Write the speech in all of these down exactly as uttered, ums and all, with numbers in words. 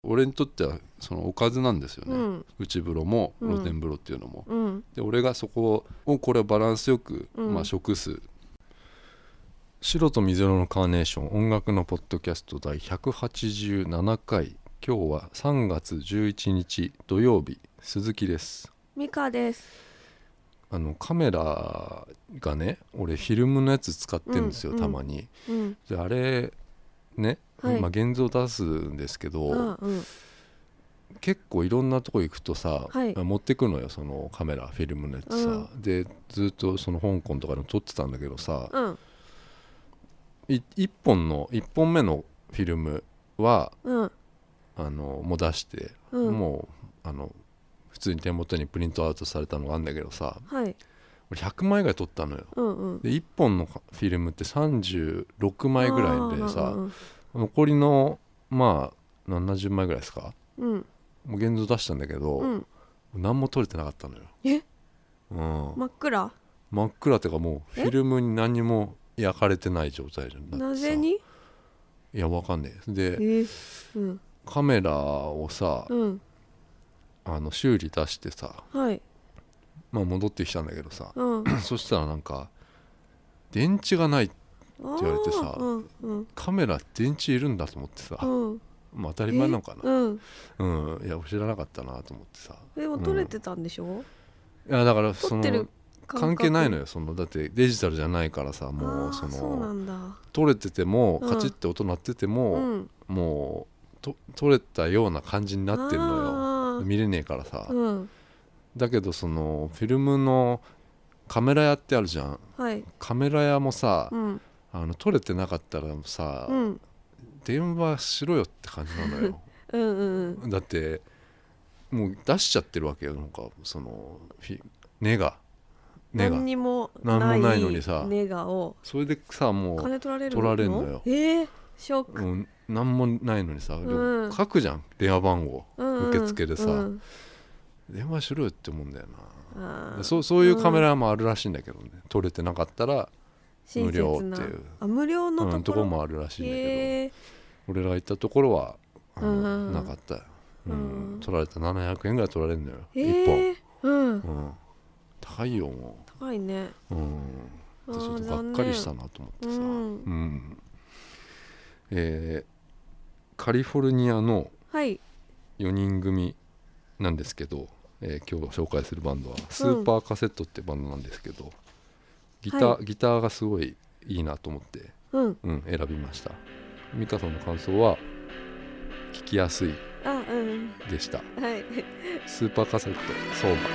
俺にとってはそのおかずなんですよね、うん、内風呂も露天風呂っていうのも、うん、で俺がそこをこれをバランスよく、うんまあ、食す白と水色のカーネーション音楽のポッドキャスト第ひゃくはちじゅうななかい。今日はさんがつじゅういちにち土曜日。鈴木です。 ミカです。 あのカメラがね俺フィルムのやつ使ってるんですよ、うん、たまに、うん、であれね、はい、まあ、現像出すんですけど、うんうん、結構いろんなとこ行くとさ、はい、持ってくのよそのカメラフィルムのやつさ、うん、でずっとその香港とかでも撮ってたんだけどさ、うん、いいっぽんのいっぽんめのフィルムは、うん、あのもう出して、うん、もうあの普通に手元にプリントアウトされたのがあるんだけどさ、はい、俺ひゃくまいぐらい撮ったのよ、うんうん、でいっぽんのフィルムってさんじゅうろくまいぐらいでさ、うんうん、残りのまあななじゅうまいぐらいですか、うん、もう現像出したんだけど、うん、何も撮れてなかったのよ。 え、 うん、 真っ暗真っ暗っていうかもうフィルムに何にも焼かれてない状態になってさ。 なぜに？ いやわかんねえで、 えうん、 カメラをさ、うん、あの修理出してさ、はい、まあ戻ってきたんだけどさ、うん、そしたらなんか電池がないって言われてさ、うんうん、カメラ電池いるんだと思ってさ、うん、まあ当たり前なのかな、うんうん、いや知らなかったなと思ってさ。 でも撮れてたんでしょ、うん、いやだからその関係ないのよそのだってデジタルじゃないからさもうそのそうなんだ撮れててもカチッて音鳴ってても、うん、もうと撮れたような感じになってるのよ見れねえからさ、うん、だけどそのフィルムのカメラ屋ってあるじゃん、はい、カメラ屋もさ、うん、あの撮れてなかったらさ、うん、電話しろよって感じなのようん、うん、だってもう出しちゃってるわけよなんかその根が根が何にもないのにさネガをそれでさもう金取られるの？ 取られるのよ。 えー、ショック。 もう何もないのにさ、うん、書くじゃん電話番号、うんうん、受付でさ、うん、電話しろよって思うんだよな。そ, そういうカメラもあるらしいんだけどね、うん、撮れてなかったら無料っていうあ無料のところ、うん、 ところもあるらしいんだけど俺らが行ったところはあの、うん、なかったよ、うんうん、取られたななひゃくえんぐらい取られるのよ、えー、いっぽん、うんうん、高いよもう高いね、 うん、ちょっとがっかりしたなと思ってさ、うんうんえー、カリフォルニアのよにん組なんですけど、はいえー、今日紹介するバンドはスーパーカセットってバンドなんですけど、ギター、はい、ギターがすごいいいなと思って、うんうん、選びました。ミカさんの感想は聴きやすいでした、うんはい、スーパーカセット相馬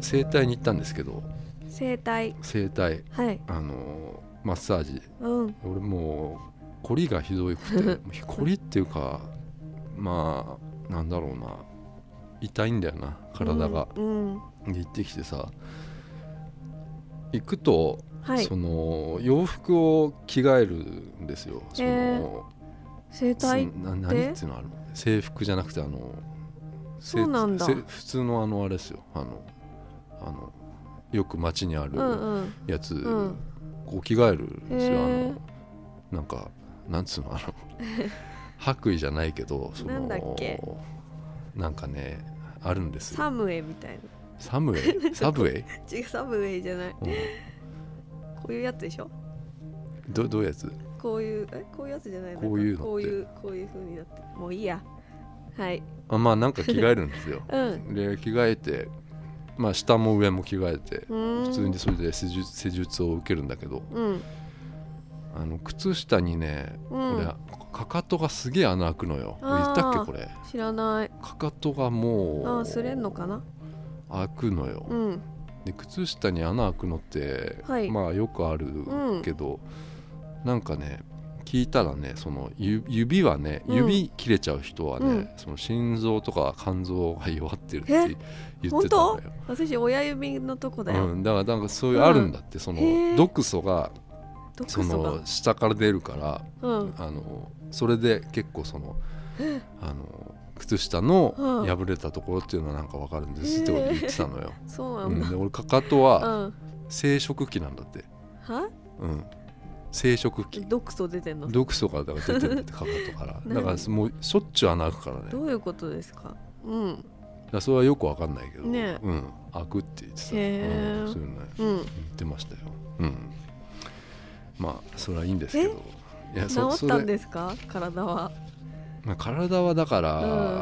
整体に行ったんですけど、 整体整体、 はい、 あのマッサージ、 うん、 俺もう凝りがひどくて凝りっていうかまあなんだろうな、痛いんだよな体が、 うんうん、 で行ってきてさ、行くと、 はい、 その洋服を着替えるんですよ。その整体ってな何っていうのあの制服じゃなくて、あのそうなんだ、 普通のあのあれですよ、あのあのよく街にあるやつ、うんうん、こう着替えるんですよ。あのなんかなんつうの、あの白衣じゃないけど、そのなんだっけ、 なんかねあるんですよ。 サムウェイみたいな。 サムウェイサブウェイ違う、サムウェイじゃない、うん、こういうやつでしょ。 ど, どういうやつこういうえこういうやつじゃないの。 こういうのってこういうこういう風になってもういいや。はい。 あ、まあなんか着替えるんですよ、 うん、 で着替えて、まあ下も上も着替えて普通にそれで施術、施術を受けるんだけど、 うん、 あの靴下にね、うん、俺かかとがすげえ穴開くのよ。言ったっけこれ。 知らない。 かかとがもうああ、擦れんのかな。 開くのよ、うん、で靴下に穴開くのって、はい、まあよくあるけど、うん、なんかね聞いたらね、その指はね、指切れちゃう人はね、うん、その心臓とか肝臓が弱ってるって言ってたのよ。 私親指のとこだよ、 うん、だからなんかそういうあるんだって、うん、その毒素がその下から出るから、うん、あのそれで結構そのあの靴下の破れたところっていうのはなんか分かるんですって言ってたのよ。 そうなんだ、 うん、で俺かかとは生殖器なんだって。 は、 うん、生殖器。 毒素出てんの。 毒素がだから出てるってかかとからだからもうしょっちゅう穴開くからね。 どういうことですか。うん、 だそれはよく分かんないけど、 ね、 うん、開くって言ってた、 へ、 うん、そういうのね、うん、言ってましたよ。うん、まあそれはいいんですけど。 いや、治ったんですか体は。 まあ、体はだから、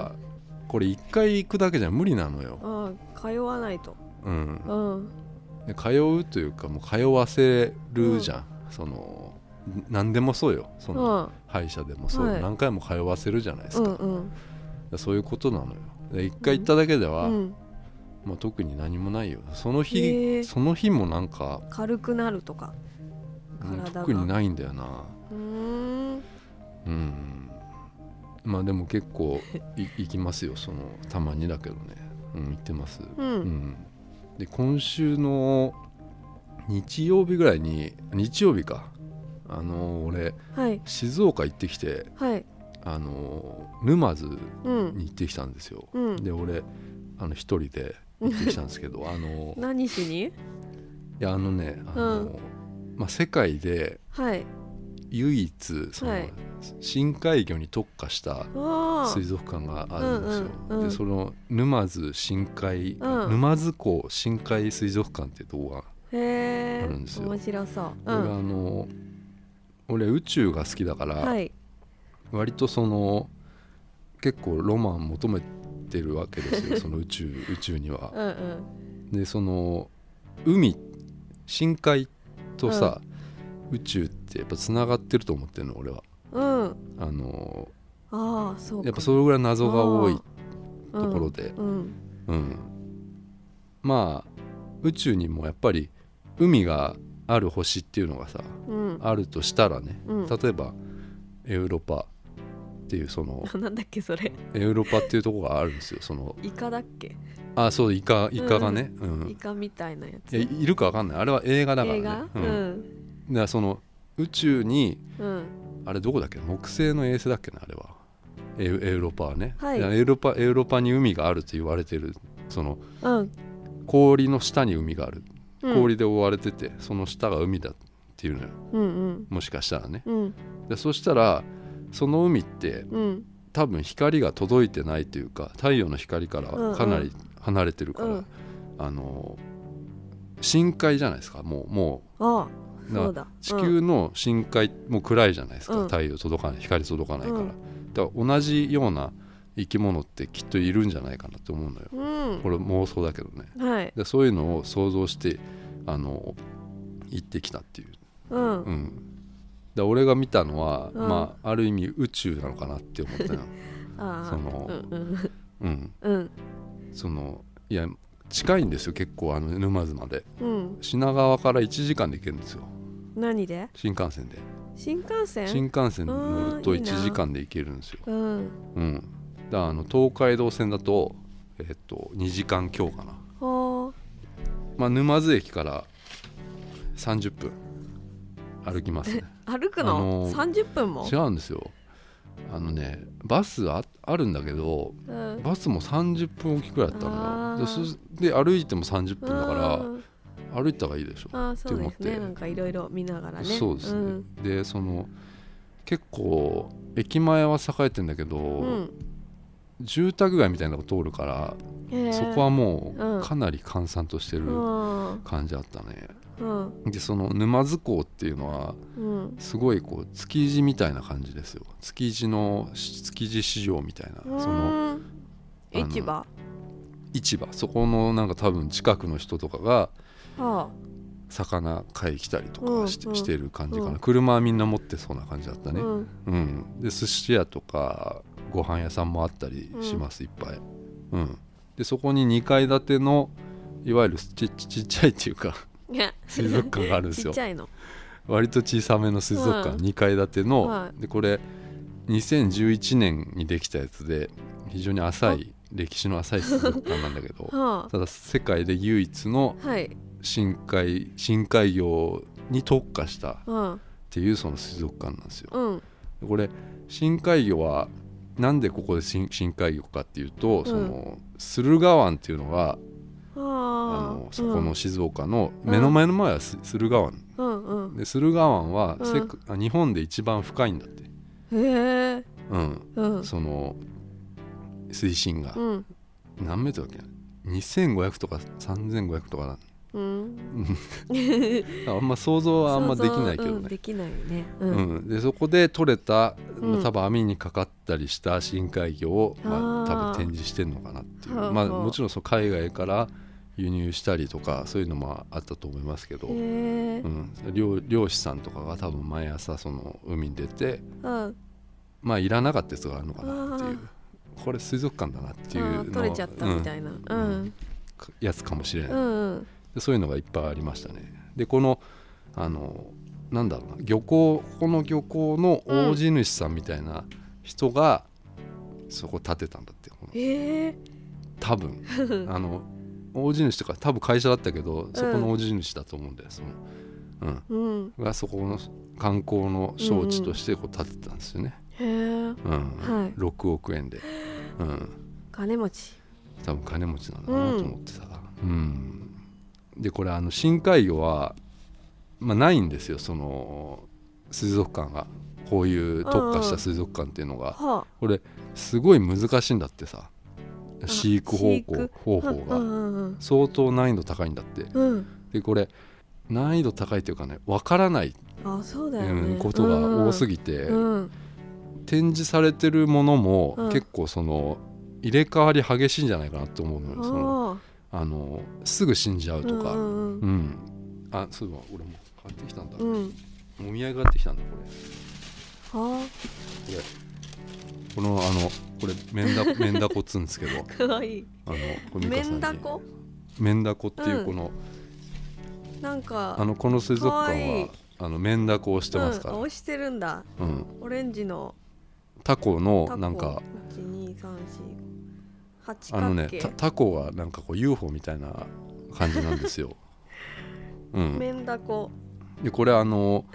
うん、これ一回行くだけじゃ無理なのよ。 ああ、通わないと、 うんうん、で通うというかもう通わせるじゃん、うん、その何でもそうよ、その歯医者でもそう、はい、何回も通わせるじゃないですか、うんうん、そういうことなのよ。で一回行っただけでは、うんまあ、特に何もないよ。その日その日もなんか軽くなるとか体が特にないんだよな。うーん、うんまあでも結構行きますよ、そのたまにだけどね、うん、行ってます、うんうん、で今週の日曜日ぐらいに、日曜日か、あのー、俺、はい、静岡行ってきて、はい、あのー、沼津に行ってきたんですよ、うん、で俺あの一人で行ってきたんですけどあのー、 何しに。いやあのね、あのーうんまあ、世界で、はい唯一その、はい、深海魚に特化した水族館があるんですよ、うんうんうん、でその沼津深海、うん、沼津港深海水族館っていうとこがあるんですよ。 面白そう、 うん、俺あの俺宇宙が好きだから、はい、割とその結構ロマン求めてるわけですよその宇宙宇宙には、うんうん、でその海深海とさ、うん宇宙ってやっぱつながってると思ってるの俺は、うん、あのあそうかやっぱそれぐらい謎が多いところで、うんうん、まあ宇宙にもやっぱり海がある星っていうのがさ、うん、あるとしたらね、うん、例えばエウロパっていうそのなんだっけそれエウロパっていうところがあるんですよ。そのイカだっけ。 あそうイカイカがね、うんうん、 イカみたいなやつい, いるか分かんない。あれは映画だからね。映画、うんうんだからその宇宙に、うん、あれどこだっけ木星の衛星だっけなあれは エ, エウロパはね、はい、エウロパ、エウロパに海があると言われてるその、うん、氷の下に海がある、うん、氷で覆われててその下が海だっていうのよ、うんうん、もしかしたらね、うん、でそしたらその海って、うん、多分光が届いてないというか太陽の光からかなり離れてるから、うんうん、あの深海じゃないですか。もうもうああそうだ地球の深海も暗いじゃないですか、うん、太陽届かない光届かないから、うん、だから同じような生き物ってきっといるんじゃないかなと思うのよ、うん、これ妄想だけどね、はい、でそういうのを想像してあの行ってきたっていう、うんうん、で俺が見たのは、うんまあ、ある意味宇宙なのかなって思ったよあそのうん、うんうん、そのいや近いんですよ結構あの沼津まで、 うん、 品川からいちじかんで行けるんですよ。 何で？ 新幹線で。 新幹線新幹線乗るといちじかんで行けるんですよ。 うん、 うん、だからあの東海道線だと、えー、っとにじかん強かな。 はまあ、沼津駅からさんじゅっぷん歩きますね。 歩くの、あのー、さんじゅっぷんも？ 違うんですよ。あのねバス あ, あるんだけど、うん、バスもさんじゅっぷんおきくらいだったのよ。 で, で歩いてもさんじゅっぷんだから歩いた方がいいでしょあそうですね、なんかいろいろ見ながらね。 そうですね、うん、でその結構駅前は栄えてんだけど、うん、住宅街みたいなのが通るからそこはもうかなり閑散としてる感じあったね、うん、でその沼津港っていうのはすごいこう築地みたいな感じですよ。築地の築地市場みたいな、その市場市場そこのなんか多分近くの人とかが魚買い来たりとか し,、うん、してる感じかな、うん、車はみんな持ってそうな感じだったね、うんうん、で寿司屋とかご飯屋さんもあったりします、うん、いっぱい、うん、でそこににかい建てのいわゆる ち, ちっちゃいっていうか水族館があるんですよ。 ちっちゃいの割と小さめの水族館、うん、にかい建ての、はい、でこれにせんじゅういちねんにできたやつで非常に浅い歴史の浅い水族館なんだけど、はあ、ただ世界で唯一の深海、深海魚に特化したっていうその水族館なんですよ、うん、これ深海魚はなんでここで深海魚かっていうと、うん、その駿河湾っていうのが、あのそこの静岡の目の前の前は駿河湾、うんうん、で駿河湾は世界、うん、日本で一番深いんだって。へえ、うんうん、その水深が、うん、何メートルだっけ、にせんごひゃくとかさんぜんごひゃくとかだ、うん、あんま想像はあんまできないけどね、うん、 できないね、 うんうん、でそこで取れた、うん、多分網にかかったりした深海魚を、まあ、多分展示してるのかなっていう、まあ、もちろんその海外から輸入したりとかそういうのもあったと思いますけど、うん、漁, 漁師さんとかが多分毎朝その海に出て、うん、まあいらなかったやつがあるのかなっていう、これ水族館だなっていうの取れちゃったみたいな、うんうん、 やつかもしれない、うんうん、でそういうのがいっぱいありましたね。でこのあのなんだろうな、漁港、ここの漁港の大地主さんみたいな人がそこ建てたんだって、この、えー、多分あの大地主とか多分会社だったけど、そこの大地主だと思うんだよ、その、うんうん、がそこの観光の招致としてこう建てたんですよね、うんうん、はい、ろくおくえんで、うん、 金持ち、 多分金持ちなんだなと思ってさ、うんうん、でこれあの深海魚は、まあ、ないんですよ、その水族館が、こういう特化した水族館っていうのが、うん、これすごい難しいんだってさ、飼育方法、方法が、うん、相当難易度高いんだって、うん、でこれ難易度高いというかね、分からない、 あ、そうだよね、 うん、ことが多すぎて、うん、展示されてるものも結構その入れ替わり激しいんじゃないかなと思うのよ、そのあのすぐ死んじゃうとか、うんうんうん、あ、そういえば俺も買ってきたんだ、うん、お土産買ってきたんだこれ、はあ、これこのあのこれメンダメンダコっつうんですけどかわいい、 あのこれメンダコメンダコっていうこの、 うん、なんかあのこの水族館はあのメンダコをしてますから、 うん、押してるんだ、うん、オレンジのタコのなんかいちにさんしはちあのね、タ, タコはなんかこう ユーフォー みたいな感じなんですよ、 うん、メンダコでこれあの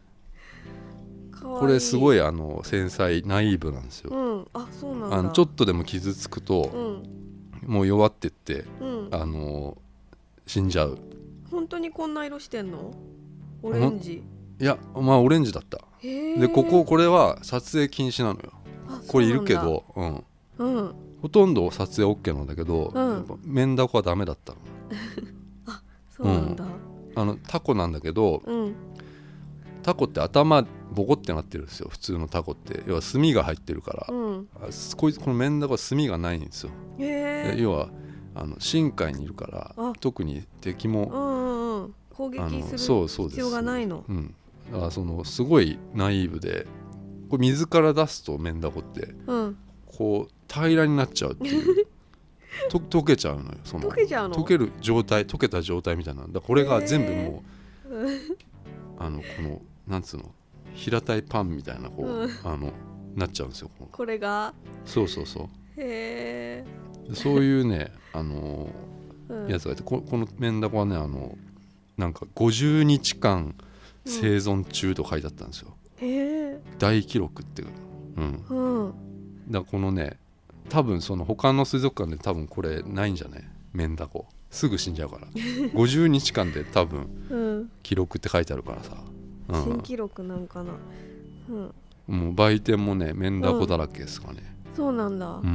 これすごいあの繊細ナイーブなんですよ、うん、あ、そうなんだ、あのちょっとでも傷つくと、うん、もう弱ってって、うん、あの死んじゃう。 本当にこんな色してんの？オレンジ？ いや、まあオレンジだった。でこここれは撮影禁止なのよ。これいるけど、うんうん、ほとんど撮影 OK なんだけど、うん、メンダコはダメだったのあ、そうなんだ、 うん、あのタコなんだけど、うん、タコって頭ボコってなってるんですよ、普通のタコって。要は炭が入ってるから、うん、こいつこのメンダコは炭がないんですよ。へー、要はあの深海にいるから特に敵も、 うんうん、攻撃する必要がないの。 うん、だからそのすごいナイーブで、これ水から出すとメンダコって、うん、こう平らになっちゃうっていうと溶けちゃうのよ。その溶けちゃうの？ 溶ける状態、溶けた状態みたいな。だこれが全部もう、えー、あのこのなんつうの平たいパンみたいなこう、うん、あのなっちゃうんですよ。 これがそうそうそう。 へえ。そういうねあの、うん、やつがいて こ, このメンダコはねあのなんかごじゅうにちかん生存中と書いてあったんですよ。 うん、へえ。 大記録っていう、うん。うん、だからこのね多分その他の水族館で多分これないんじゃないメンダコすぐ死んじゃうからごじゅうにちかんで多分記録って書いてあるからさ、 うん、新記録なんかな、 うん、もう売店もねメンダコだらけですかね、 うん、そうなんだ、うん、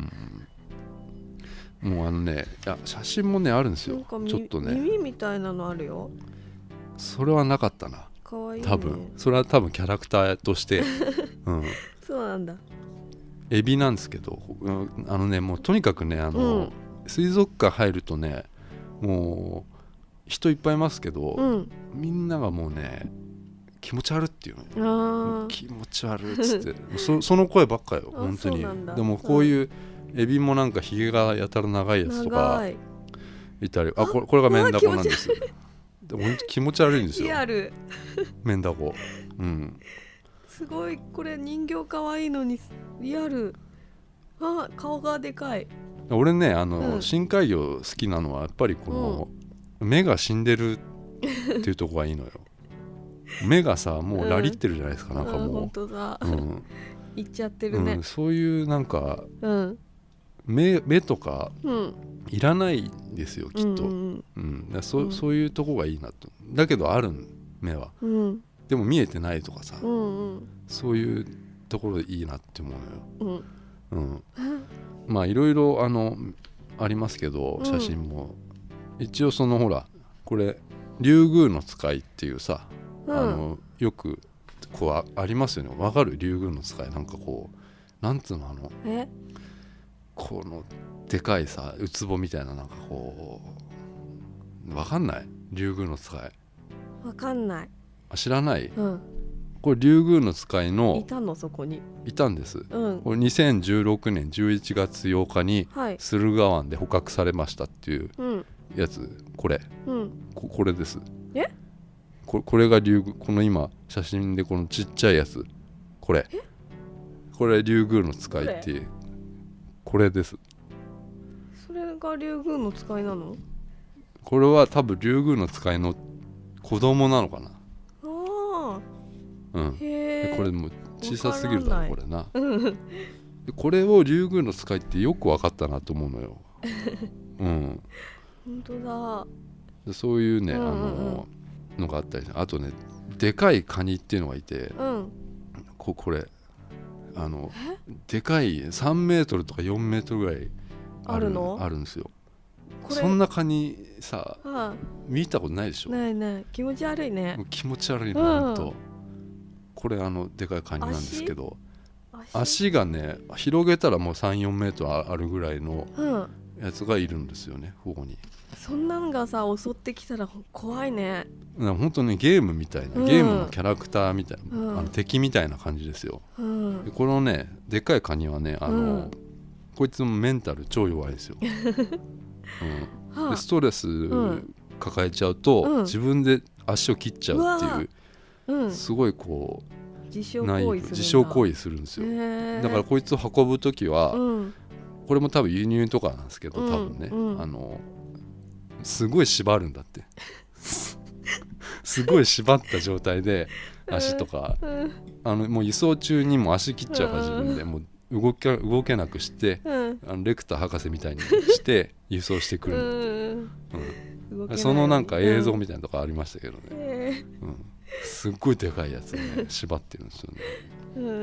うん、もうあのねいや写真もねあるんですよ。ちょっとね耳みたいなのあるよ。 それはなかったな。 かわいいね。 多分それは多分キャラクターとして、うん、 そうなんだ。 エビなんですけど、あのねもうとにかくねあの、うん、水族館入るとねもう人いっぱいいますけど、うん、みんながもうね気持ち悪いっていうの気持ち悪いっつってそ, その声ばっかよ本当に。でもこういうエビもなんかひげがやたら長いやつとかいたり、あこれ、これがメンダコなんです。でも本当気持ち悪いんですよ。 リアルメンダコ、うん、 すごい。これ人形かわいいのにリアル。あ顔がでかい。 俺ねあの、うん、深海魚好きなのはやっぱりこの、うん、目が死んでるっていうとこがいいのよ目がさもうラリってるじゃないですか、うん、なんかもう、うん、 本当だ、うん、いっちゃってるね、うん、 そういうなんか、うん、目, 目とか、うん、いらないんですよきっと、うんうんうん、だ そ, そういうとこがいいなと。だけどある目は、うん、でも見えてないとかさ、うんうん、そういうところでいいなって思うのよ、うんうん、まあいろいろあのありますけど写真も、うん、一応そのほらこれ竜宮の使いっていうさ、うん、あのよくこう あ, ありますよね。わかる？竜宮の使いなんかこうなんつうのあのえこのでかいさウツボみたいななんかこうわかんない？竜宮の使いわかんない。 あ知らない、うん、これ竜宮の使いのいたのそこにいたんです、うん、これにせんじゅうろくねんじゅういちがつようかに駿河湾で捕獲されましたっていうやつ、うん、これ、うん、こ, これです。 えこ, これが竜宮この今写真でこのちっちゃいやつこれこれ竜宮の使いっていう こ, これです。 それが竜宮の使いなの？ これは多分竜宮の使いの子供なのかな。 あうん、へこれもう小さすぎるだろこれなでこれを竜宮の使いってよく分かったなと思うのようん、 本当だ。 でそういうね、うんうんうん、あののがあったり、あとねでかいカニっていうのがいて、うん、こ, これあのでかいさんメートルとかよんメートルぐらいあ る, あるのあるんですよ。そんなカニさ、はあ、見たことないでしょ。 ないない。気持ち悪いね。 気持ち悪いの、うん、ほんとこれあのでかいカニなんですけど 足, 足がね広げたらもうさん、よんメートルあるぐらいのやつがいるんですよね、ここに。 そんなのがさ襲ってきたら怖いね。 本当にゲームみたいな、うん、ゲームのキャラクターみたいな、うん、あの敵みたいな感じですよ、うん、でこのねでっかいカニはねあの、うん、こいつもメンタル超弱いですよ、うん、でストレス抱えちゃうと、うん、自分で足を切っちゃうっていう、うん、すごいこう自傷行為するんだ。 自傷行為するんですよ。だからこいつを運ぶときは、うん、これも多分輸入とかなんですけど、多分ね、うん、あのすごい縛るんだってすごい縛った状態で足とか、うん、あのもう輸送中にも足切っちゃうから自分で、もう動け、動けなくして、うん、あのレクター博士みたいにして輸送してくる、うんうん、そのなんか映像みたいなとこありましたけどね、うんうん、すっごいでかいやつをね縛ってるんですよね、うんうん、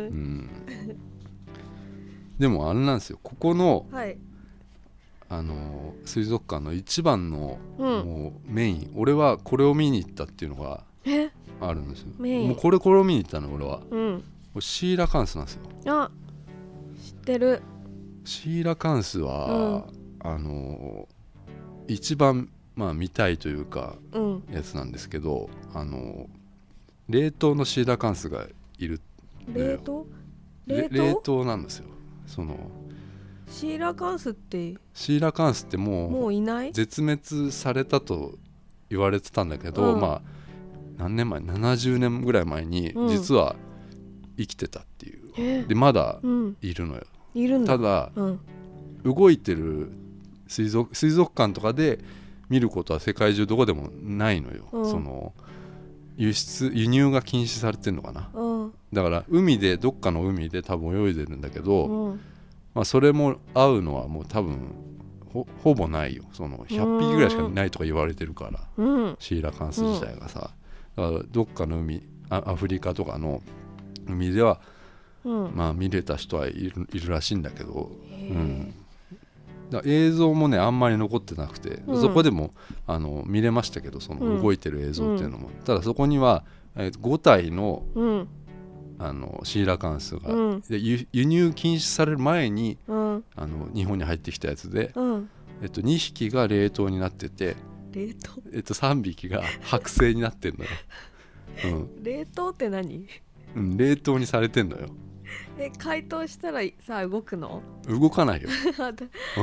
でもあれなんですよ、ここの、はい、あの水族館の一番の、うん、もうメイン、俺はこれを見に行ったっていうのがあるんですよ。もうこれこれを見に行ったの俺は、うん、これシーラカンスなんですよ。 あ、知ってる。 シーラカンスは、うん、あの一番、まあ、見たいというか、うん、やつなんですけど、あの冷凍のシーラカンスがいる。 冷凍？ 冷凍？冷凍なんですよ。そのシーラカンスってシーラカンスってもうもういない絶滅されたと言われてたんだけど、うん、まあ何年前ななじゅうねんぐらい前に実は生きてたっていう、うん、でまだいるのよ、 うん、いるんだ。 ただ、うん、動いてる水 族, 水族館とかで見ることは世界中どこでもないのよ、うん、その輸出輸入が禁止されてるのかな、うん、だから海でどっかの海で多分泳いでるんだけど、うんまあ、それも会うのはもう多分 ほ, ほぼないよ。そのひゃっぴきぐらいしかいないとか言われてるから、うん、シーラカンス自体がさ、だからどっかの海アフリカとかの海では、うんまあ、見れた人はい る, いるらしいんだけど、うん、だ映像もねあんまり残ってなくて、うん、そこでもあの見れましたけど、その動いてる映像っていうのも、うん、ただそこには、えー、ごたい の,、うん、あのシーラカンスが、うん、で 輸, 輸入禁止される前に、うん、あの日本に入ってきたやつで、うんえっと、にひきが冷凍になってて、 冷凍、 えっと、さんびきが剥製になってるのよ、 うん、冷凍って何、 うん、冷凍にされてんのよ。 え解凍したらさ動くの？ 動かないよ、うん、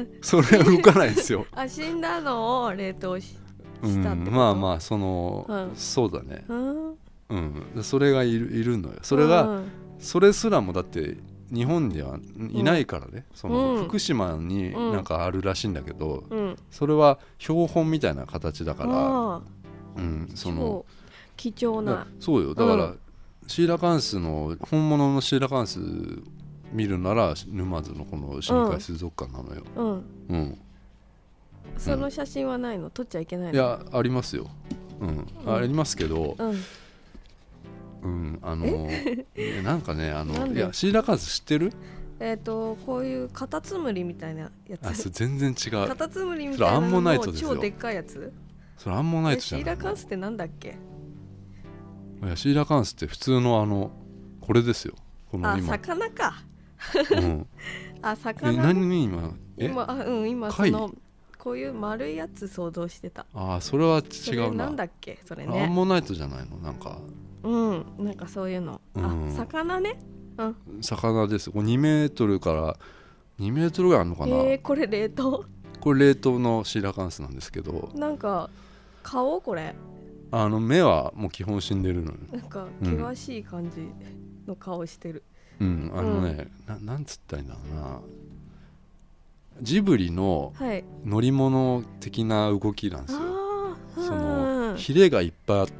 それは動かないですよあ死んだのを冷凍 し, したってこと、うん、 まあまあその、うん、そうだね、うんうん、それがい る, いるのよ。それが、うん、それすらもだって日本にはいないからね、うん、その福島になんかあるらしいんだけど、うん、それは標本みたいな形だから、うん、その貴重な、 そうよ。だから、うんシーラカンスの本物のシーラカンス見るなら沼津のこの深海水族館なのよ、うんうん、 その写真はないの？撮っちゃいけないの？ いやありますよ、うんうん、ありますけど、うんうん、あのなんかねあのいやシーラカンス知ってる？ えーとこういうカタツムリみたいなやつ。 あそれ全然違う。 カタツムリみたいなのアンモナイトですよ。 超でっかいやつ。 それアンモナイトじゃない。 シーラカンスってなんだっけ？ いやシーラカンスって普通のあのこれですよ。この今あ魚か、うん、あ魚、 ね、え何に今え今あうん今そのこういう丸いやつ想像してた。 あそれは違うな。それなんだっけそれね。 アンモナイトじゃないのなんか。 うんなんかそういうの、うん、あ魚ね、うん、 魚です。これにメートルからにメートルぐらいあるのかな。 えー、これ冷凍？ これ冷凍のシーラカンスなんですけど、 なんか顔これあの目はもう基本死んでるのよ。 なんか険しい感じの顔してる。 うん、あのね、うん、な, なんつったらいいんだろうな。ジブリの乗り物的な動きなんですよ。はい、そのヒレがいっぱいあって、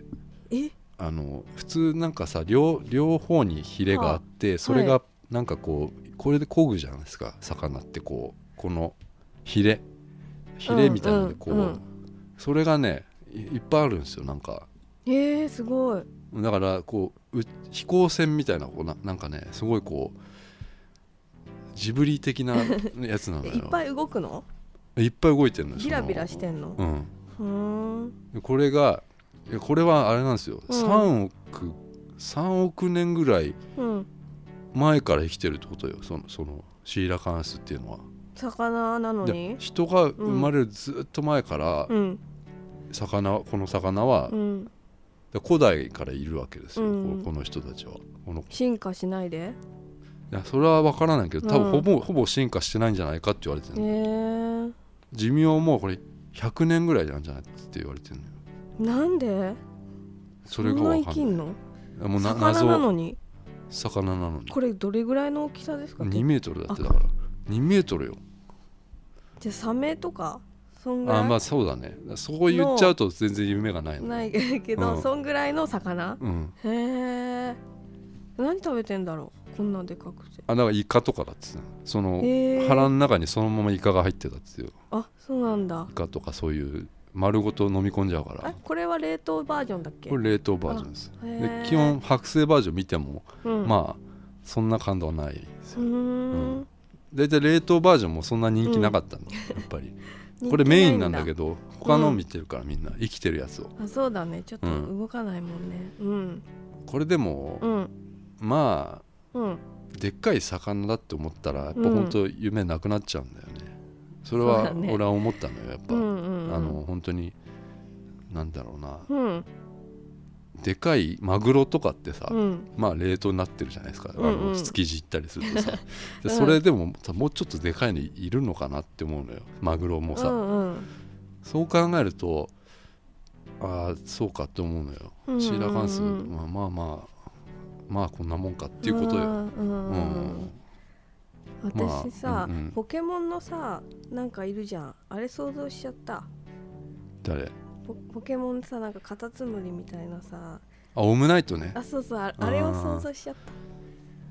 えあの普通なんかさ 両, 両方にヒレがあって、それがなんかこうこれで漕ぐじゃないですか魚ってこうこのヒレヒレみたいなのでこう、うんうんうん、それがねいっぱいあるんですよなんか。 えー、すごい。 だからこう飛行船みたいなこう な, なんかねすごいこうジブリ的なやつなのよ。 いっぱい動くの？ いっぱい動いてるのよ。 ビラビラしてんの？うん。ふーんこれがこれはあれなんですよ、うん、さんおくさんおくねんぐらい前から生きてるってことよ。そのそのシーラカンスっていうのは魚なのに人が生まれるずっと前から、うん魚この魚は、うん、古代からいるわけですよ、うん、この人たちは。この進化しないで？ いやそれは分からないけど多分ほぼ、うん、ほぼ進化してないんじゃないかって言われてるの、 えー、 寿命もこれひゃくねんぐらいなんじゃないって言われてるのよ。なんでそれが分かんない。 そんな生きんの？ もうな魚なのに魚なのに。 これどれぐらいの大きさですか？ にメートルだってだからにメートルよ。 じゃあサメとかそんぐらい？ あまあそうだね。そう言っちゃうと全然夢がないのないけど、うん、そんぐらいの魚、うん、へえ何食べてんだろうこんなでかくて。 あだからイカとかだってその腹の中にそのままイカが入ってたっていう。 あそうなんだ。 イカとかそういう丸ごと飲み込んじゃうから。 あこれは冷凍バージョンだっけ？ これ冷凍バージョンです。で基本剥製バージョン見ても、うん、まあそんな感動はないですよ。うんだいたい冷凍バージョンもそんな人気なかったの、うん、やっぱりこれメインなんだけど他の見てるからみんな生きてるやつを、 うん、あそうだねちょっと動かないもんね、うん、 これでも、うん、まあ、うん、でっかい魚だって思ったらやっぱ本当夢なくなっちゃうんだよね、うん、それは俺は思ったのよやっぱ、うんうんうん、あの本当になんだろうな、うん、 でかいマグロとかってさ、 うん、 まあ冷凍になってるじゃないですか、 うんうん、 あの築地行ったりするとさでそれでもさもうちょっとでかいのいるのかなって思うのよ、マグロもさ、うんうん、そう考えるとああそうかって思うのよ、うんうんうん、シーラカンス、まあまあまあまあこんなもんかっていうことよ、うんうんうん、 私さ、まあうんうん、ポケモンのさなんかいるじゃん、あれ想像しちゃった。 誰？ ポ, ポケモンさ、なんかカタツムリみたいなさ、 あ、オムナイトね。 あ、そうそう、 あ, あれを想像しちゃった。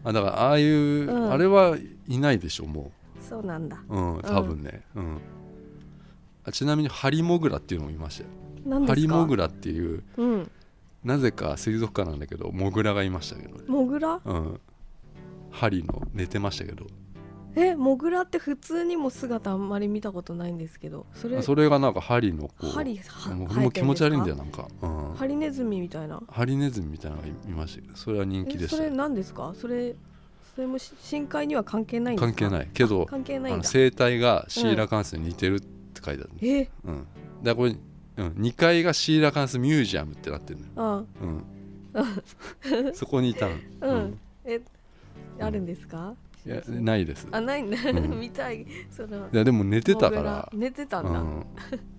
あ、だからああいう、うん、あれはいないでしょもう。そうなんだ、 うん、多分ね、うんうん、あ、ちなみにハリモグラっていうのもいましたよ。 何ですか？ ハリモグラっていう、 うん、 なぜか水族館なんだけどモグラがいましたけど、ね、 モグラ？ うん、ハリの寝てましたけど。 え、モグラって普通にも姿あんまり見たことないんですけど、それ、 それがなんかハリのこう、 ハリはもうもう気持ち悪いんだよなんか、うん、 ハリネズミみたいな、 ハリネズミみたいなのがいましたけど、それは人気でした。 それ何ですか？それそれも深海には関係ないんですか？ 関係ないけど、 関係ないんだ。 あの生態がシーラカンスに似てるって書いてある、 うん、え、 うん、だからこれ、うん、にかいがシーラカンスミュージアムってなってるのよ。ああ、うん、そこにいたの、 うんうん、え、あるんですか？ いや、ないです。 あ、ないんだ、うん、見たい。そのいやでも寝てたから寝てたんだ、うん、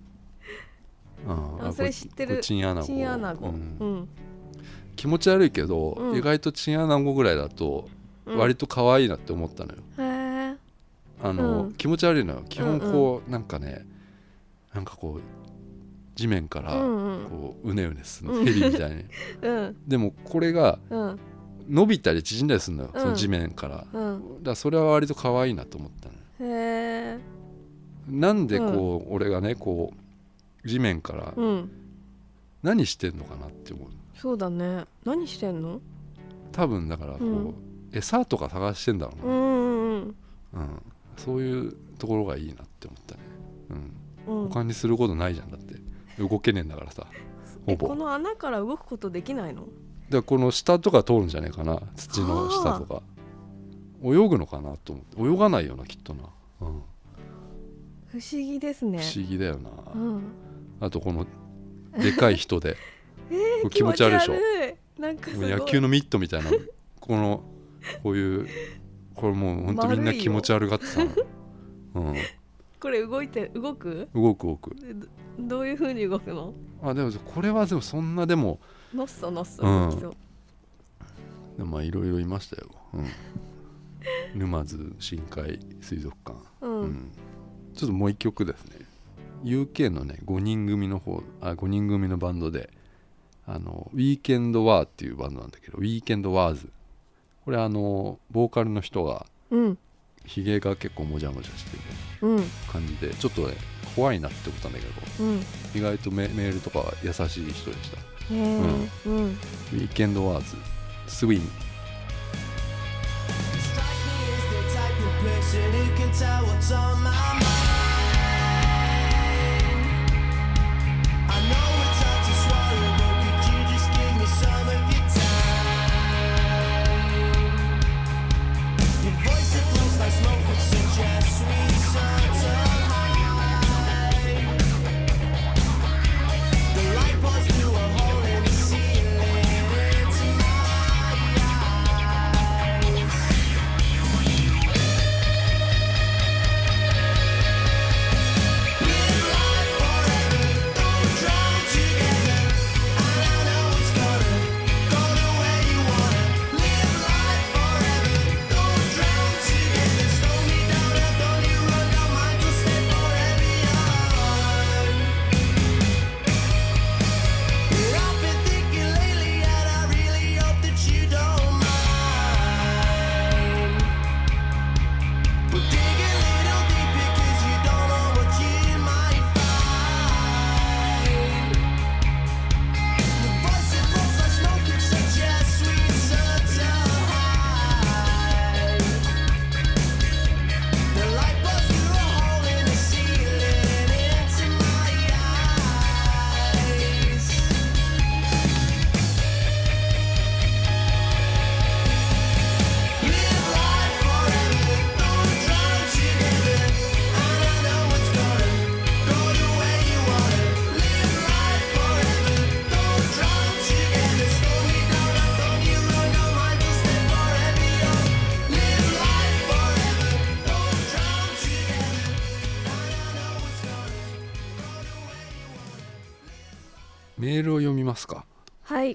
ああ、それ知ってる。 チンアナゴ、 チンアナゴ、うんうん、 気持ち悪いけど、うん、意外とチンアナゴぐらいだと割と可愛いなって思ったのよ、うん、へあの、うん、気持ち悪いのよ基本こう、うんうん、なんかね、なんかこう地面からこううねうねするの、うん、ヘビみたいに、うん、でもこれが、うん伸びたり縮んだりするのよ、うん、その地面から、うん、だからそれは割と可愛いなと思ったのよ。へー。なんでこう、うん、俺がねこう地面から何してんのかなって思う。 そうだね、何してんの？ 多分だからこう、うん、餌とか探してんだろうな、うんうんうん、そういうところがいいなって思ったね、うんうん、他にすることないじゃん、だって動けねえんだからさ、ほぼ。 この穴から動くことできないの？ でこの下とか通るんじゃないかな、土の下とか泳ぐのかなと思って。泳がないよなきっとな、うん、 不思議ですね。 不思議だよな、うん、あとこのでかい人でえー、 これ気持ち悪いでしょ。 なんかすごい野球のミットみたいなこのこういうこれもう本当みんな気持ち悪がってたの、うん、これ動いて動く動く動く。 ど, どういう風に動くの？ あ、でもこれはでもそんなでものっそのっそ動きそう、 うん、でもまあいろいろいましたよ、うん、沼津深海水族館、うんうん、ちょっともう一曲ですね。 ユーケー のねごにん組の方、あごにん組のバンドで、あのウィーケンドワーっていうバンドなんだけど、ウィーケンドワーズ、これあのボーカルの人が、うん、ひげが結構もじゃもじゃしてる、ね、うん、感じでちょっとね怖いなって思ったんだけど、うん、意外と メ, メールとかは優しい人でした。うんうん、ウィーケンドワーズスウィン。 メールを読みますか。 はい。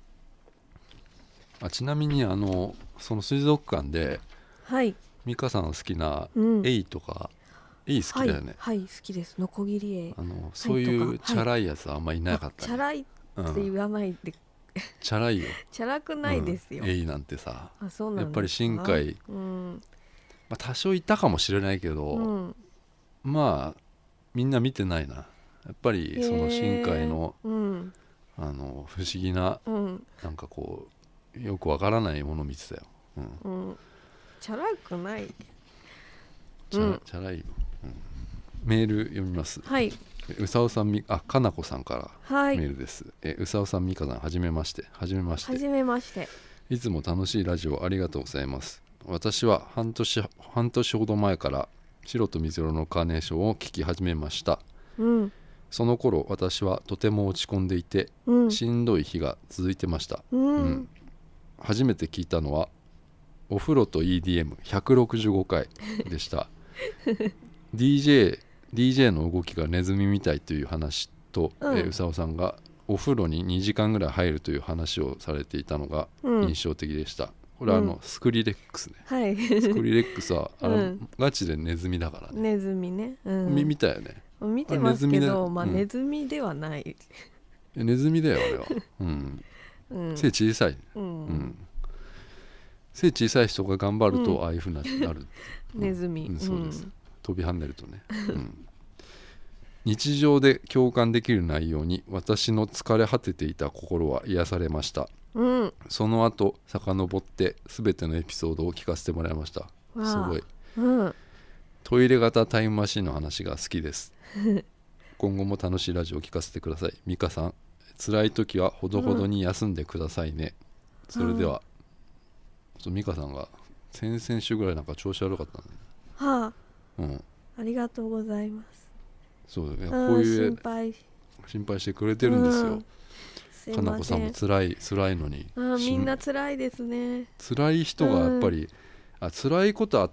あ、ちなみにあのその水族館で、 はい、 美香さんの好きなエイとか、うん、エイ好きだよね。 はい、はい、好きです。ノコギリエイ。 あのそういうチャラいやつはあんまりいなかった、ね、 チャラいって言わないで、うん、 チャラいよ。 チャラくないですよ、 うん、エイなんてさ。 あ、そうなんですか。 やっぱり深海、うん、まあ、多少いたかもしれないけど、うん、まあみんな見てないな。やっぱりその深海の、うん、あの不思議な、うん、なんかこうよくわからないものを見てたよ、うんうん、チャラくないチャラ、うん、チャラいよ、うん、メール読みます。 はい。 うさおさんみあかなこさんからメールです、 はい、 えうさおさんみかさんはじめましてはじめましてはじめまして。 いつも楽しいラジオありがとうございます。私は半年半年ほど前から白と水色のカーネーションを聞き始めました、うん、その頃私はとても落ち込んでいて、うん、しんどい日が続いてました、うんうん、初めて聞いたのはお風呂と イーディーエムひゃくろくじゅうごかいでした。ディージェー ディージェー の動きがネズミみたいという話と、うん、えうさおさんがお風呂ににじかんぐらい入るという話をされていたのが印象的でした、うん、これはあの、うん、スクリレックスね、はい、スクリレックスはあれ、うん、ガチでネズミだからね。 ネズミね、うん、 見たよね。 見てますけど、まあ、ネズミではない、 うん、ネズミだよあれは、うんうん、背小さい、うんうん、背小さい人が頑張るとああいうふうになる、 うん、ネズミ、 うん、そうです、飛び跳ねるとね、うん、日常で共感できる内容に私の疲れ果てていた心は癒されました、うん、その後遡って全てのエピソードを聞かせてもらいました。すごい、うん、トイレ型タイムマシンの話が好きです今後も楽しいラジオを聞かせてください。美香さん、辛い時はほどほどに休んでくださいね、うん、それでは、うん、美香さんが先々週ぐらいなんか調子悪かったね。 はあ、うん、ありがとうございます。 そういや、こういう心配心配してくれてるんですよ、うん、かなこさんも辛い辛いのに。 あ、みんな辛いですね。 辛い人がやっぱり、うん、あ辛いことあって、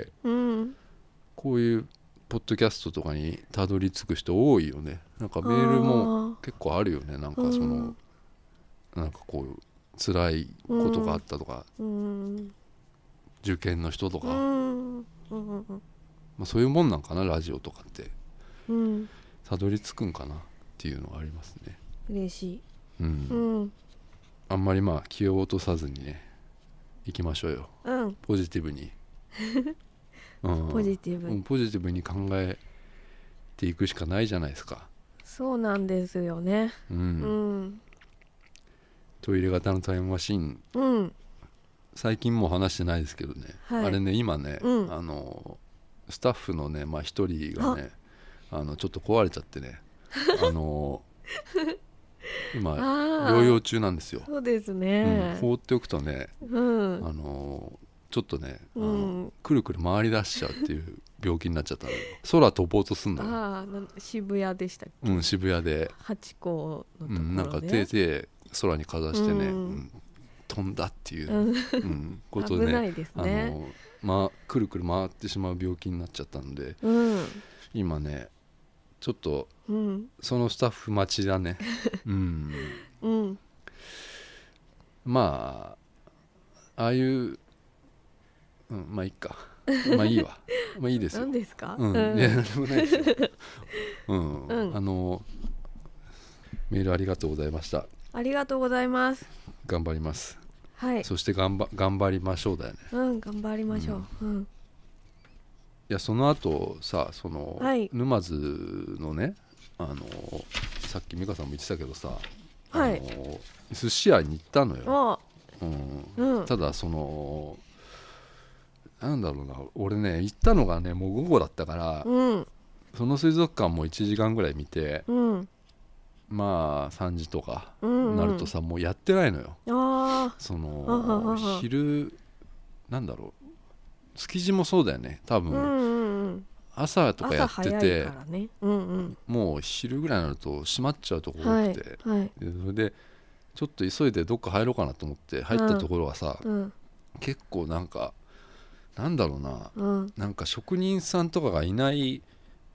うん、こういうポッドキャストとかにたどり着く人多いよね。なんかメールも結構あるよね。なんかその、うん、なんかこう辛いことがあったとか、うん、受験の人とか、うんうん、まあ、そういうもんなんかなラジオとかって、うん、たどり着くんかなっていうのがありますね。 嬉しい、 うんうん、あんまりまあ気を落とさずにね行きましょうよ、うん、ポジティブにうん、 ポジティブ、 うん、ポジティブに考えていくしかないじゃないですか。 そうなんですよね、うんうん、 トイレ型のタイムマシン、うん、最近もう話してないですけどね、はい、あれね今ね、うん、あのスタッフのねまあ一人がねあのちょっと壊れちゃってねあの今療養中なんですよ。 そうですね、 うん、放っておくとね、うん、あのちょっとね、うん、あのくるくる回り出しちゃうっていう病気になっちゃったのよ。空飛ぼうとすんのよ。 ああ、渋谷でしたっけ。 うん、渋谷でハチ公のところで、 うん、なんか手で空にかざしてね、うんうん、飛んだっていう、うんうん、ことでね、 危ないですね。 あの、ま、くるくる回ってしまう病気になっちゃったので、うん、今ねちょっと、うん、そのスタッフ待ちだね、うんうん、まあああいう、うん、まあいいかまあいいわまあいいですよ。 何ですか、 うん、いや何でもないですよ、うんうん、あのメールありがとうございました。 ありがとうございます。 頑張ります、 はい、 そして頑張、頑張りましょうだよね。 うん頑張りましょう、うんうん、 いやその後さその、はい、沼津のねあのさっき美香さんも言ってたけどさ、はい、あの寿司屋に行ったのよ、うんうん、ただそのなんだろうな俺ね行ったのがねもう午後だったから、うん、その水族館もいちじかんぐらい見て、うん、まあさんじとかなるとさ、うんうん、もうやってないのよ。あその昼なんだろう築地もそうだよね多分、うんうん、朝とかやってて、ねうんうん、もう昼ぐらいになると閉まっちゃうところ多くて、はいはい、でそれでちょっと急いでどっか入ろうかなと思って入ったところはさ、うん、結構なんかなんだろうな、うん、なんか職人さんとかがいない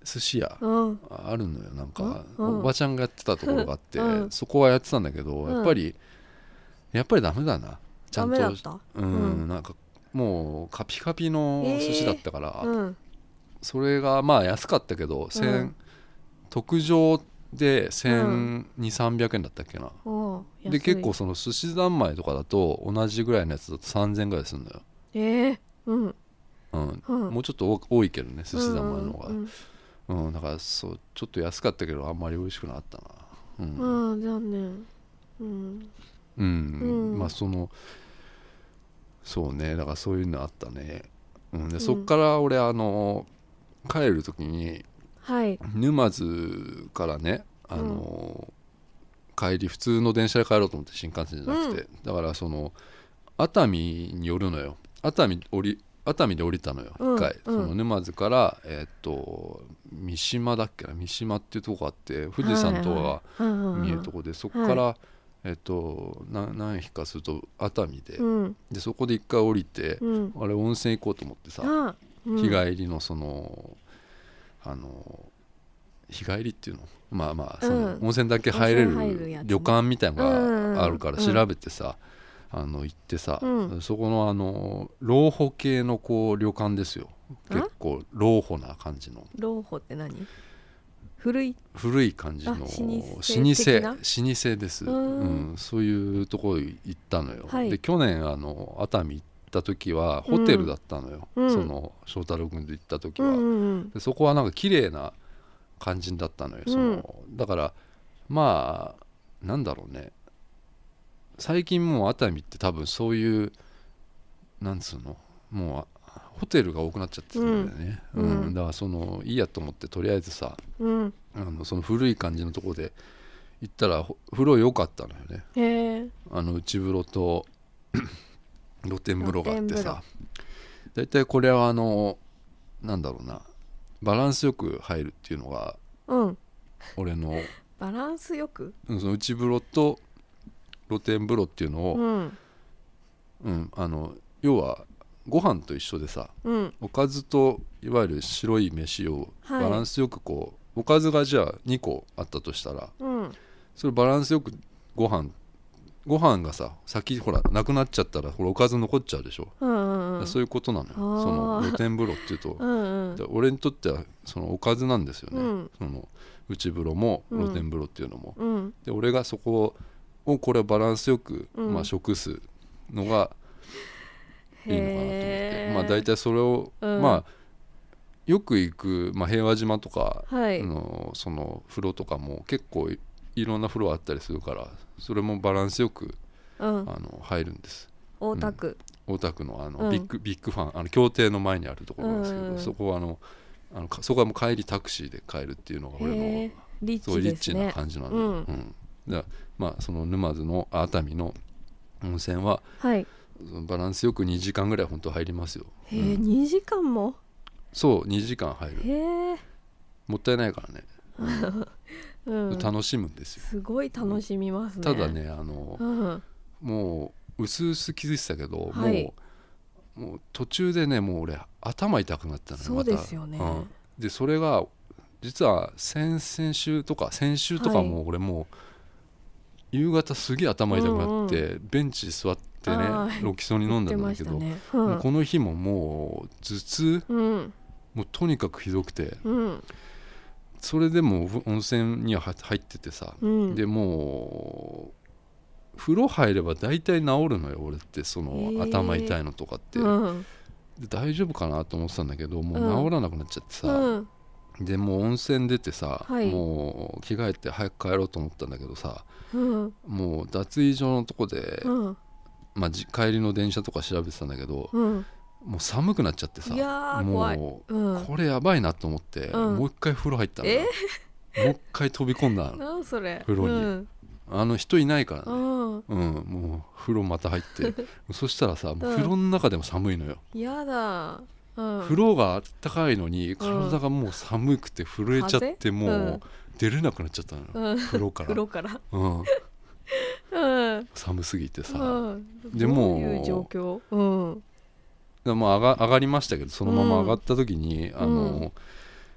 寿司屋うんあるのよ、なんかうんおばちゃんがやってたところがあって、 うんそこはやってたんだけど、 うんやっぱりやっぱりダメだな、ちゃんとダメだったうん、 うんなんかもうカピカピの寿司だったから、 えーうんそれがまあ安かったけど、せんうん特上でせんにひゃく、さんびゃくえんだったっけな、 おう安いで結構その寿司三昧とかだと同じぐらいのやつだとさんぜんえんぐらいするんだよ、 えーうんうんうんもうちょっと多多いけどね、寿司三昧の方が、 うんうん、だからそうちょっと安かったけどあんまり美味しくなかったな、うんうんうん残念うんうんうんまあそのそうね、だからそういうのあったね、うん、でそっから俺あの帰る時にはい沼津からねあの、帰り普通の電車で帰ろうと思って新幹線じゃなくて、だからその熱海に寄るのよ、熱海降り熱海で降りたのようん一回、 うんその沼津からえーっと三島だっけな、三島っていうとこがあって富士山とかが見えるとこで、そこからえっとな何日かすると熱海で、 うんでそこで一回降りて、 うんあれ温泉行こうと思ってさ、 あうん日帰りのそのあの日帰りっていうのまあまあそのうん温泉だけ入れ温泉入るやつねる旅館みたいなのがあるからうんうん調べてさ、あの行ってさ、 うんそこのあの老舗系のこう旅館ですよ、結構老舗な感じの老舗って何古い古い感じのあ老舗老舗的な老舗です、 ううんん、そういうところ行ったのよ、 はいで去年あの熱海行った時はホテルだったのよ、 うんその翔太郎君と行った時は、 うんうんでそこはなんか綺麗な感じだったのよ、そのだからまあなんだろうね、最近もう熱海って多分そういうなんつうのもうホテルが多くなっちゃってるんだよね、 ううんんだからそのいいやと思ってとりあえずさうんあのその古い感じのところで行ったらほ風呂良かったのよね、 へえあの内風呂と露天風呂があって露天さ、だいたいこれはあのなんだろうなバランスよく入るっていうのがうん俺のバランスよくうんその内風呂と露天風呂っていうのを、 うんうんあの要はご飯と一緒でさ、 うんおかずといわゆる白い飯をはいバランスよくこう、おかずがじゃあにこあったとしたらうんそれバランスよくご飯ご飯がさ先ほらなくなっちゃったらほらおかず残っちゃうでしょ、 うんうんうんそういうことなのよ、 あーその露天風呂っていうと、 うんうんで俺にとってはそのおかずなんですよね、 うんその内風呂も露天風呂っていうのも、 うんで俺がそこをこれをバランスよく、 うんまあ、食すのがいいのかなと思って、 へーまあ大体それを、 うんまあよく行く、まあ、平和島とかはいのその風呂とかも結構いいろんな風呂あったりするからそれもバランスよくうんあの入るんです。 大田区大田区のあの、 うんビッグビッグファンあの協定の前にあるところなんですけど、 うんそこはあのあのかそこはもう帰りタクシーで帰るっていうのが俺へのえリッすごいリッチチですねな感じなのよ、 うんうんだからまあその沼津のあ熱海の温泉ははいそのバランスよくにじかんぐらい本当入りますよ、 へえうんにじかんもそうにじかん入るへえもったいないからね、 うん楽しむんですよ。 すごい楽しみますねただねあのうんもううすうす気づいてたけど、 はいもうもう途中でねもう俺頭痛くなったのよそうですよねまたうんでそれが実は先々週とか先週とかも俺もう夕方すげえ頭痛くなって、ベンチに座ってねあーロキソニン飲んだんだけど、 言ってましたねもうこの日ももう頭痛うんもうとにかくひどくてうんそれでも温泉には入っててさ、 うんでもう風呂入れば大体治るのよ俺ってその、 へー頭痛いのとかって、 うんで大丈夫かなと思ってたんだけどもうんう治らなくなっちゃってさ、 うんでもう温泉出てさ、 はいもう着替えて早く帰ろうと思ったんだけどさうんもう脱衣所のとこで、 うんまあ、じ帰りの電車とか調べてたんだけど、 うんもう寒くなっちゃってさいやー怖いもう、 うんこれやばいなと思って、 うんもう一回風呂入ったのよえもう一回飛び込んだのなんそれ風呂にうんあの人いないからね、 うんうん、もう風呂また入ってそしたらさもう風呂の中でも寒いのよ、 やだうん風呂があったかいのに体がもう寒くて震えちゃって風もうんう出れなくなっちゃったのよ、 うん風呂から風呂からうん、 うん寒すぎてさ、 うんでもどういう状況うんでもう上が上がりましたけどそのまま上がった時に、 んあの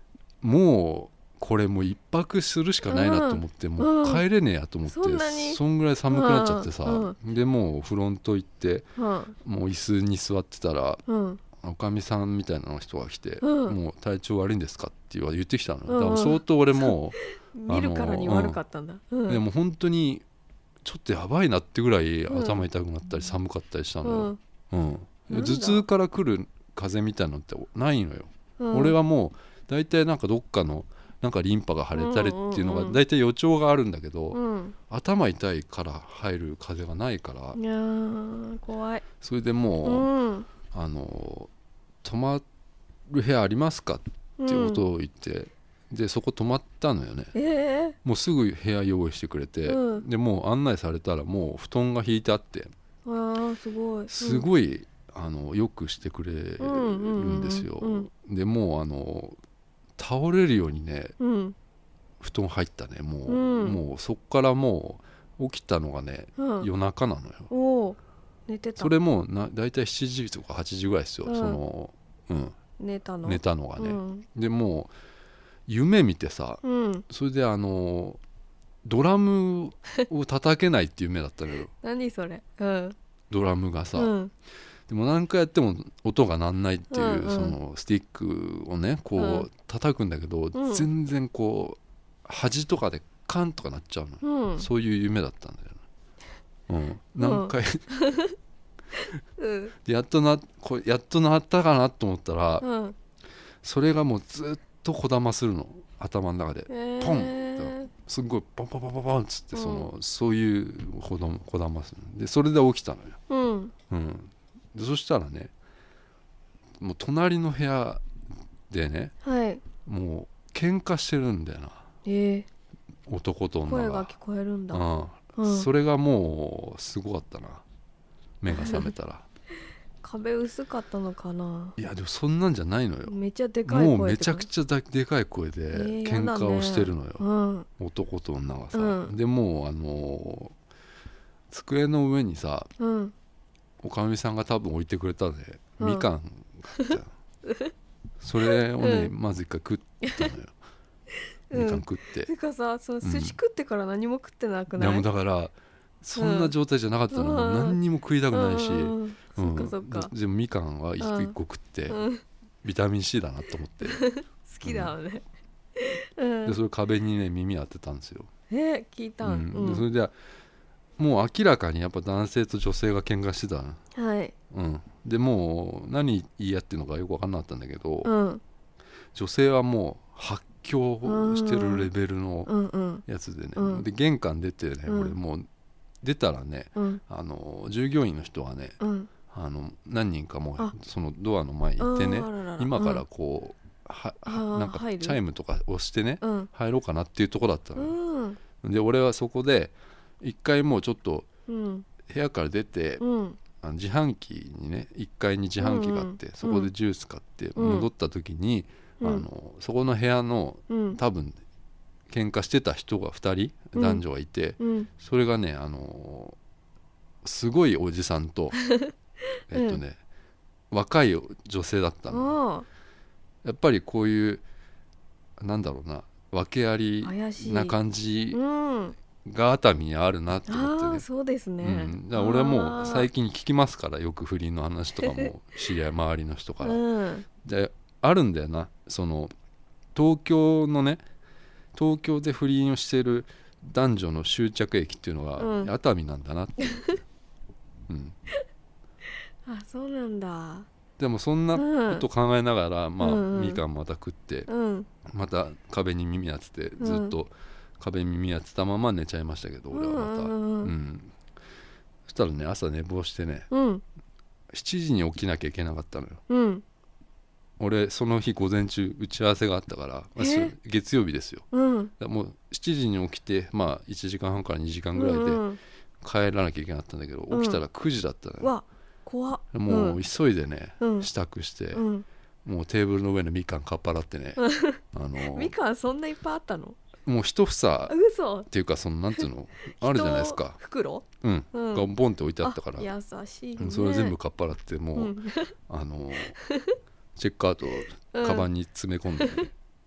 もうこれもう一泊するしかないなと思って、うん、もう帰れねえやと思って、うん、そんぐらい寒くなっちゃってさ、うん、でもうフロント行って、うん、もう椅子に座ってたら、うん、おかみさんみたいな人が来て、うん、もう体調悪いんですかって言ってきたの、うん、だから相当俺も見るからに悪かったんだ、 うん、でも本当にちょっとやばいなってぐらい頭痛くなったり寒かったりしたのよ、うんうん、頭痛から来る風邪みたいなのってないのよ、うん、俺はもう大体なんかどっかのなんかリンパが腫れたりっていうのが大体予兆があるんだけど、うん、頭痛いから入る風邪がないから、 いやー怖い。 それでもう、うん、あの泊まる部屋ありますかってことを言って、うん、でそこ泊まったのよね、えー、もうすぐ部屋用意してくれて、うん、でもう案内されたらもう布団が引いてあって、 あーすごい、うん、 すごいあのよくしてくれるんですよ、うんうんうん、でもうあの倒れるようにね、うん、布団入ったねもう、うん、もうそっからもう起きたのがね、うん、夜中なのよ。 お寝てた。 それもなだいたいしちじとかはちじぐらいですよ、うん、その、うん、 寝たの寝たのがね、うん、でもう夢見てさ、うん、それであのドラムを叩けないっていう夢だったのよ何それ、うん、 ドラムがさ、うんでも何回やっても音が鳴んないっていう、うんうん、そのスティックをねこう叩くんだけど、うん、全然こう端とかでカンとかなっちゃうの、うん、そういう夢だったんだよ、ね、うん、何回、うん、やっとなこやっと鳴ったかなと思ったら、うん、それがもうずっとこだまするの頭の中で、えー、ポンすっごいポンポンポンポンポンっつってその、うん、そういうこだ、こだますでそれで起きたのよ、うんうんでそしたらねもう隣の部屋でね、はい、もう喧嘩してるんだよな、えー、男と女が声が聞こえるんだ、 うんうん、それがもうすごかったな目が覚めたら壁薄かったのかな。 いやでもそんなんじゃないのよ。 めっちゃでかい声もうめちゃくちゃでかい声で喧嘩をしてるのよ、えーねうん、男と女がさ、うん、でもうあの机の上にさ、うんおかみさんが多分置いてくれたんで、うん、みかんがあったそれをね、うん、まず一回食ったのよ、うん、みかん食っててかさその寿司食ってから何も食ってなくない、 うん、いやもうだからそんな状態じゃなかったの、うん、何にも食いたくないし、うんうん、そっかそっかでもみかんは一個食って、うん、ビタミン C だなと思って好きだわね、 うん、でそれ壁にね耳当てたんですよ。 えー、聞いた、うんうん、でそれでもう明らかにやっぱ男性と女性が喧嘩してたの、はいうん、でもう何言い合ってるのかよく分かんなかったんだけど、うん、女性はもう発狂してるレベルのやつでね、うんうん、で玄関出てね、うん、俺もう出たらね、うん、あの従業員の人がね、うん、あの何人かもうそのドアの前にいてね今からこう、うん、はなんかチャイムとか押してね、うん、入ろうかなっていうとこだったの、うん、で俺はそこで一回もうちょっと部屋から出て、うん、あの自販機にねいっかいに自販機があって、うんうん、そこでジュース買って戻った時に、うん、あのそこの部屋の、うん、多分喧嘩してた人がふたり男女がいて、うん、それがねあのすごいおじさんとえっとね、うん、若い女性だったの。やっぱりこういうなんだろうな訳ありな感じが熱海にあるなって思ってね。 あそうですね、うん、 だから俺はもう最近聞きますからよく不倫の話とかも知り合い周りの人から、うん、であるんだよなその東京のね東京で不倫をしている男女の終着駅っていうのが、うん、熱海なんだなって、うん、 あそうなんだ。 でもそんなこと考えながら、うんまあうん、みかんまた食って、うん、また壁に耳当ててずっと壁に耳当てたまま寝ちゃいましたけど、うん、俺はまた、うんうん、そしたらね朝寝坊してね、うん、しちじに起きなきゃいけなかったのよ、うん、俺その日午前中打ち合わせがあったから、まあ、月曜日ですよ、うん、もうしちじに起きて、まあ、いちじかんはんからにじかんぐらいで帰らなきゃいけなかったんだけど、うん、起きたらくじだったのよ、わ怖っもう急いでね、うん、支度して、うん、もうテーブルの上のみかんかっぱらってねあのみかんそんないっぱいあったの？ もう一房っていうかそのなんていうのあるじゃないですか袋、 うん、うん、がボンって置いてあったから優しい、ね、 それ全部かっぱらってもう、うん、あのチェックアウトカバンに詰め込んで、ね、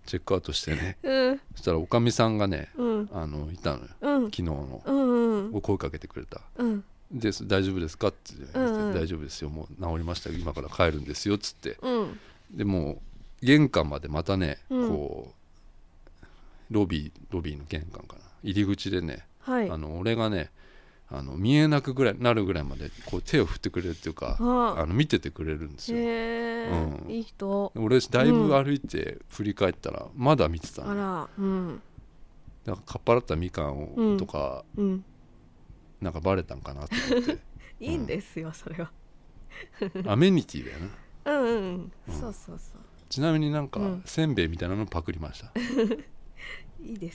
チェックアウトしてね、 うん、 そしたらおかみさんがね、 うん、 あのいたのよ、 うん、 昨日の、 うんうん、 声かけてくれた、 うん、 で大丈夫ですかって言って、 うんうん、 大丈夫ですよ、もう治りました、今から帰るんですよっつって、 うん、 でもう玄関までまたね、 うん、 こうロビーロビーの玄関かな、入り口でね、 はい、 あの俺がねあの見えなくぐらいなるぐらいまでこう手を振ってくれるっていうか、あの見ててくれるんですよ。 へー、うん、いい人。 俺だいぶ歩いて振り返ったらまだ見てたの、 あら、うん、 だからかっぱらったみかんをとか、うん、なんかバレたんかなと思っていいんですよ、うん、それはアメニティだよな。 うんうん、うん、そうそうそう。 ちなみになんか、うん、せんべいみたいなのパクりましたいいです。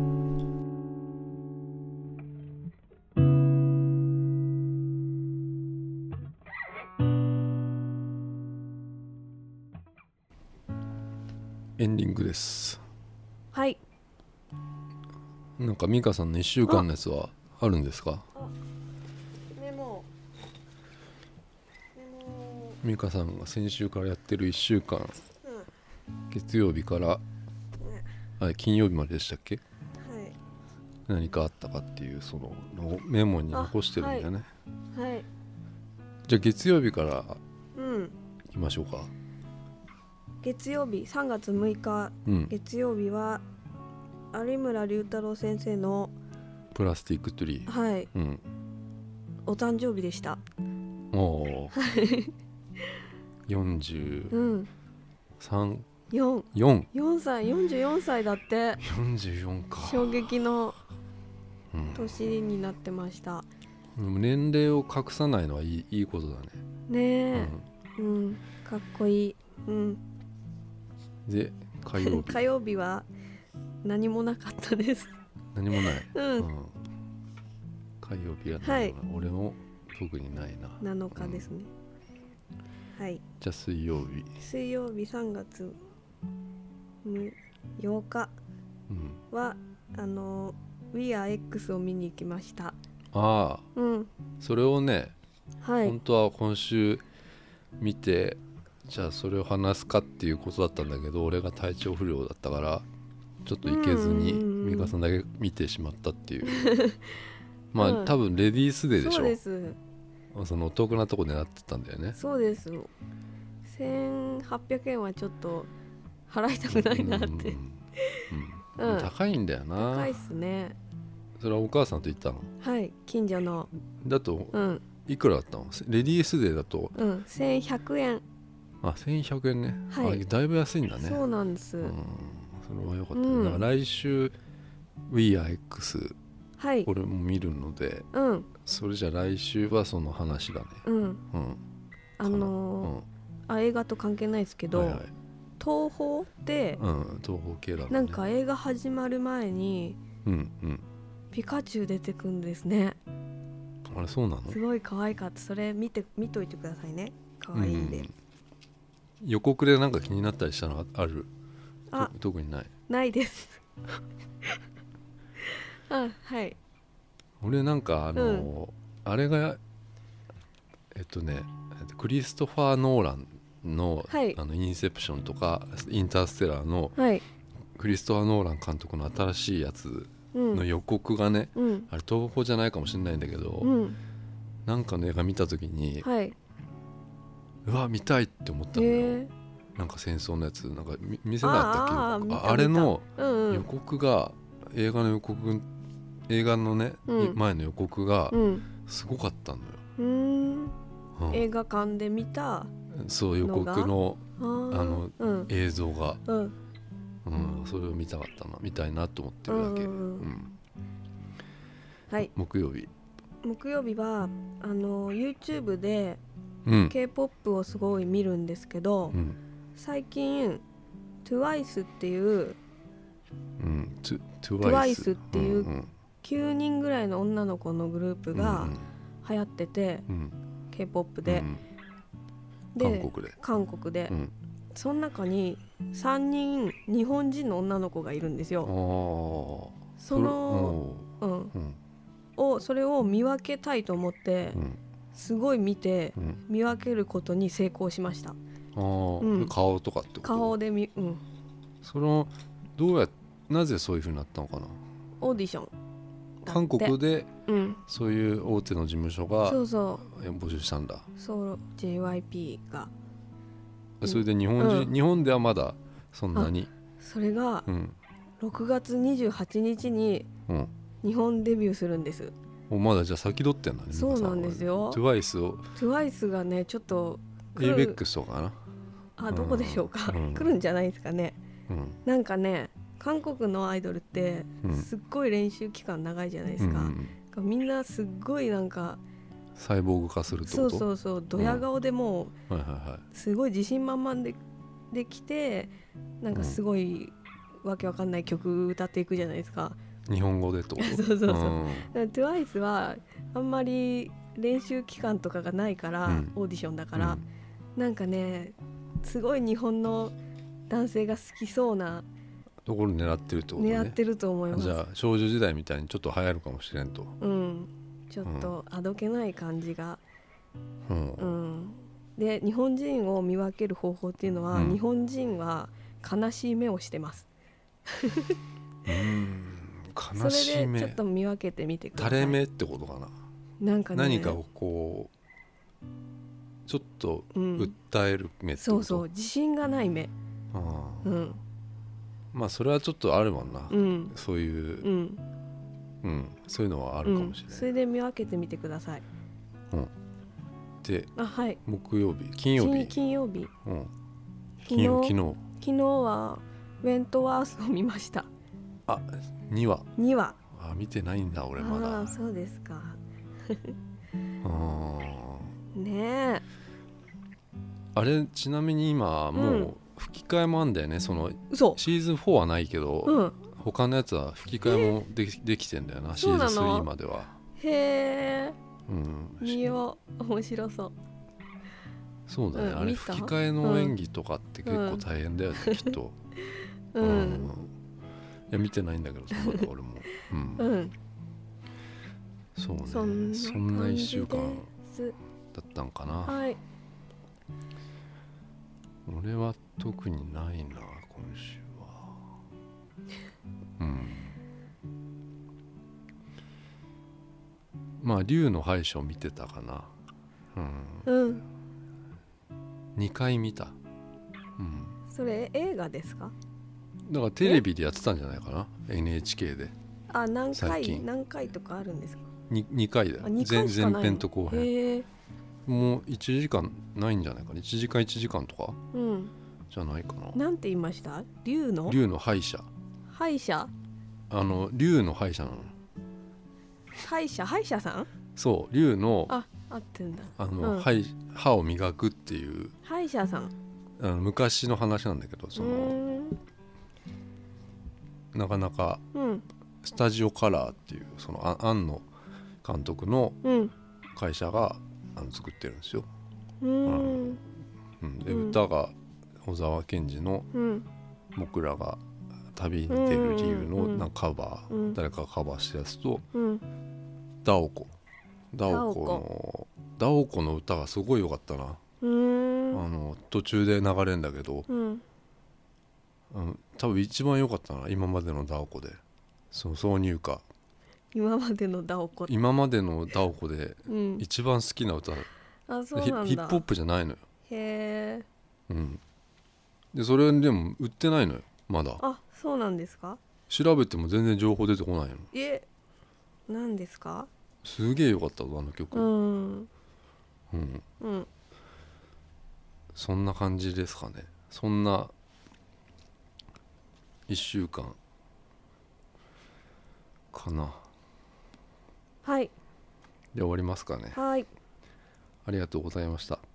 エンディングです。 はい。 なんか美香さんのいっしゅうかんのやつはあるんですか？ メモ。 美香さんが先週からやってるいっしゅうかん、うん、月曜日から、うん、あ金曜日まででしたっけ？はい。何かあったかっていうそのメモに残してるんだよね。はい。はい、じゃあ月曜日からいきましょうか。 月曜日さんがつむいか、うん、月曜日は有村龍太郎先生のプラスティックトゥリー、 はい、うん、お誕生日でした。およんじゅうさん、 よん、よん、よんさい、よんじゅうよんさいだって。 よんじゅうよんか。 衝撃の年になってました、 うん、年齢を隠さないのはいい、いいことだね。 ねえ、うん、うん、かっこいい。うん。 で火曜日火曜日は何もなかったです。 何もない、 うん、うん、 火曜日は何もない、はい、俺も特にないな。 なのかですね、うん、はい。 じゃあ水曜日水曜日さんがつようかは、うん、あの We Are X を見に行きました。 ああ、うん、それをね、 はい、 本当は今週見てじゃあそれを話すかっていうことだったんだけど、俺が体調不良だったからちょっと行けずに美香さんだけ見てしまったっていうまあ、うん、多分レディースデーでしょ。 そうです。 そのお得なとこ狙ってたんだよね。 そうです。せんはっぴゃくえんはちょっと払いたくないなって、うんうんうん、高いんだよな。 高いっすね。 それはお母さんと行ったの？ はい、近所のだと、うん、いくらだったの？レディースデーだと、 うん、せんひゃくえん。 あ、せんひゃくえんね、はい、あ、だいぶ安いんだね。 そうなんです、うん、 それは良かった、ね、うん、だから来週 We Are X、はい、俺も見るので、うん、それじゃ来週はその話だね。うん、うん、 あのーうん、あ映画と関係ないですけど、はいはい、東宝で、 うん、東宝系だろうね。 なんか映画始まる前に、うんうん、ピカチュウ出てくんですね。 あれそうなの？ すごい可愛かった。それ見て見といてくださいね。可愛いんで、うん、 予告でなんか気になったりしたのある？あ、特にない。 ないですあ、はい。 俺なんかあの、うん、あれがえっとねクリストファー・ノーランの、はい、あのインセプションとかインターステラーの、はい、クリストファー・ノーラン監督の新しいやつの予告がね、うん、あれ東宝じゃないかもしれないんだけど、うん、なんかの映画見た時に、はい、うわ見たいって思ったのよ。なんか戦争のやつなんか見せなかったっけ？ あ, あ, あれの予告が、うんうん、映画の予告映画のね、うん、前の予告がすごかったのよ、 うんうん、映画館で見たそう予告のあの、うん、映像が、うんうん、それを見たかったな見たいなと思ってるだけ、うんうんうん、はい。木曜日木曜日はあの YouTube で、うん、K-ポップ をすごい見るんですけど、うん、最近 トゥワイス っていう、うん、トゥワイス っていうきゅうにんぐらいの女の子のグループが流行ってて、うん、K-ポップ で、 うん、で韓国で韓国で、うん、その中にさんにん日本人の女の子がいるんですよ。そのそ,、うんうん、をそれを見分けたいと思って、うん、すごい見て、うん、見分けることに成功しました。 あ、うん、顔とかってこと？ 顔で見、うん、 そのどうやなぜそういう風になったのかな。 オーディション韓国でそういう大手の事務所が募集したんだ。 そう ジェイワイピー が。 それで日本人、うん、日本ではまだそんなに。 それがろくがつにじゅうはちにちに日本デビューするんです。 うん、まだじゃあ先取ってんだね。 そうなんですよ。 トゥワイスをトゥワイス がねちょっとエイベックスとかなあどこでしょうか、うん、来るんじゃないですかね、うん、なんかね韓国のアイドルってすっごい練習期間長いじゃないですか、うんうん、みんなすっごいなんかサイボーグ化するってこと。 そうそうそうドヤ顔でもう、はいはいはい、すごい自信満々でできてなんかすごいわけわかんない曲歌っていくじゃないですか、 日本語でってこと。 そうそうそう、うん、トゥワイス はあんまり練習期間とかがないから、うん、オーディションだから、うん、なんかねすごい日本の男性が好きそうなところ狙ってるってことね。 狙ってると思います。 じゃあ少女時代みたいにちょっと流行るかもしれんと。 うんちょっとあどけない感じが、うんうん、で日本人を見分ける方法っていうのは、うん、日本人は悲しい目をしてますうん悲しい目。 それでちょっと見分けてみてください。 垂れ目ってことかな。 なんかね、 何かをこうちょっと訴える目ってこと、 うん、そうそう自信がない目。あ、うん、 まあそれはちょっとあるもんな、うん、そういう、うんうん、そういうのはあるかもしれない、 うん、それで見分けてみてください、 うん、で、 あ、はい、 木曜日金曜日金曜日、 うん、 昨日昨日昨日はウェントワースを見ました。 あ、にわにわあ、見てないんだ俺まだ。 あ、そうですかあねえ、 あれちなみに今もう吹き替えもあんだよね、うん、そのシーズンフォーはないけど、うん、他のやつは吹き替えもでき、できてんだよな、シーズンスリーまでは。 へえ、うん、見よう、面白そう。 そうだね、うん、あれ吹き替えの演技とかって結構大変だよね、うん、きっと、うんうん、いや見てないんだけどまだ俺も、うんうん、そうね、そん な, そんないっしゅうかんだったんかな、はい、俺は特にないな今週はうんまあ竜の敗者を見てたかな、うん、うん、にかい見た、うん、 それ映画ですか。 だからテレビでやってたんじゃないかな エヌエイチケー で。 あ、何回何回とかあるんですか。 に, にかいだよ、前, 前編と後編。もういちじかんないんじゃないかな、いちじかんいちじかんとか、うん、じゃないかな。 なんて言いました。竜の竜の敗者。 敗者、 あの竜の敗者なの。 敗者、敗者さん。 そう、竜の、 あ、合ってんだ、 あの、うん、歯, 歯を磨くっていう歯医者さん、 あの昔の話なんだけど、そのなかなかスタジオカラーっていうその庵野監督の会社が、うん、あの作ってるんですよ。うん、うん、で、うん、歌が小沢健二の「僕らが旅に出る理由」のなんかカバー、うん、誰かがカバーしたやつと、うん、ダオコダオコのダオコの歌がすごい良かったな。うーん、あの途中で流れるんだけど、うん、あの多分一番良かったな今までのダオコで。その挿入歌、 今までのダオコ今までのダオコで一番好きな歌、うん、 あ、そうなんだ。 ヒップホップじゃないのよ。 へえ、 うん、でそれでも売ってないのよまだ。 あ、そうなんですか。 調べても全然情報出てこないの。 え、何ですか。 すげえ良かったぞあの曲。うんうん、うん、そんな感じですかね。そんないっしゅうかんかな。 はい、 で終わりますかね。 はい、 ありがとうございました。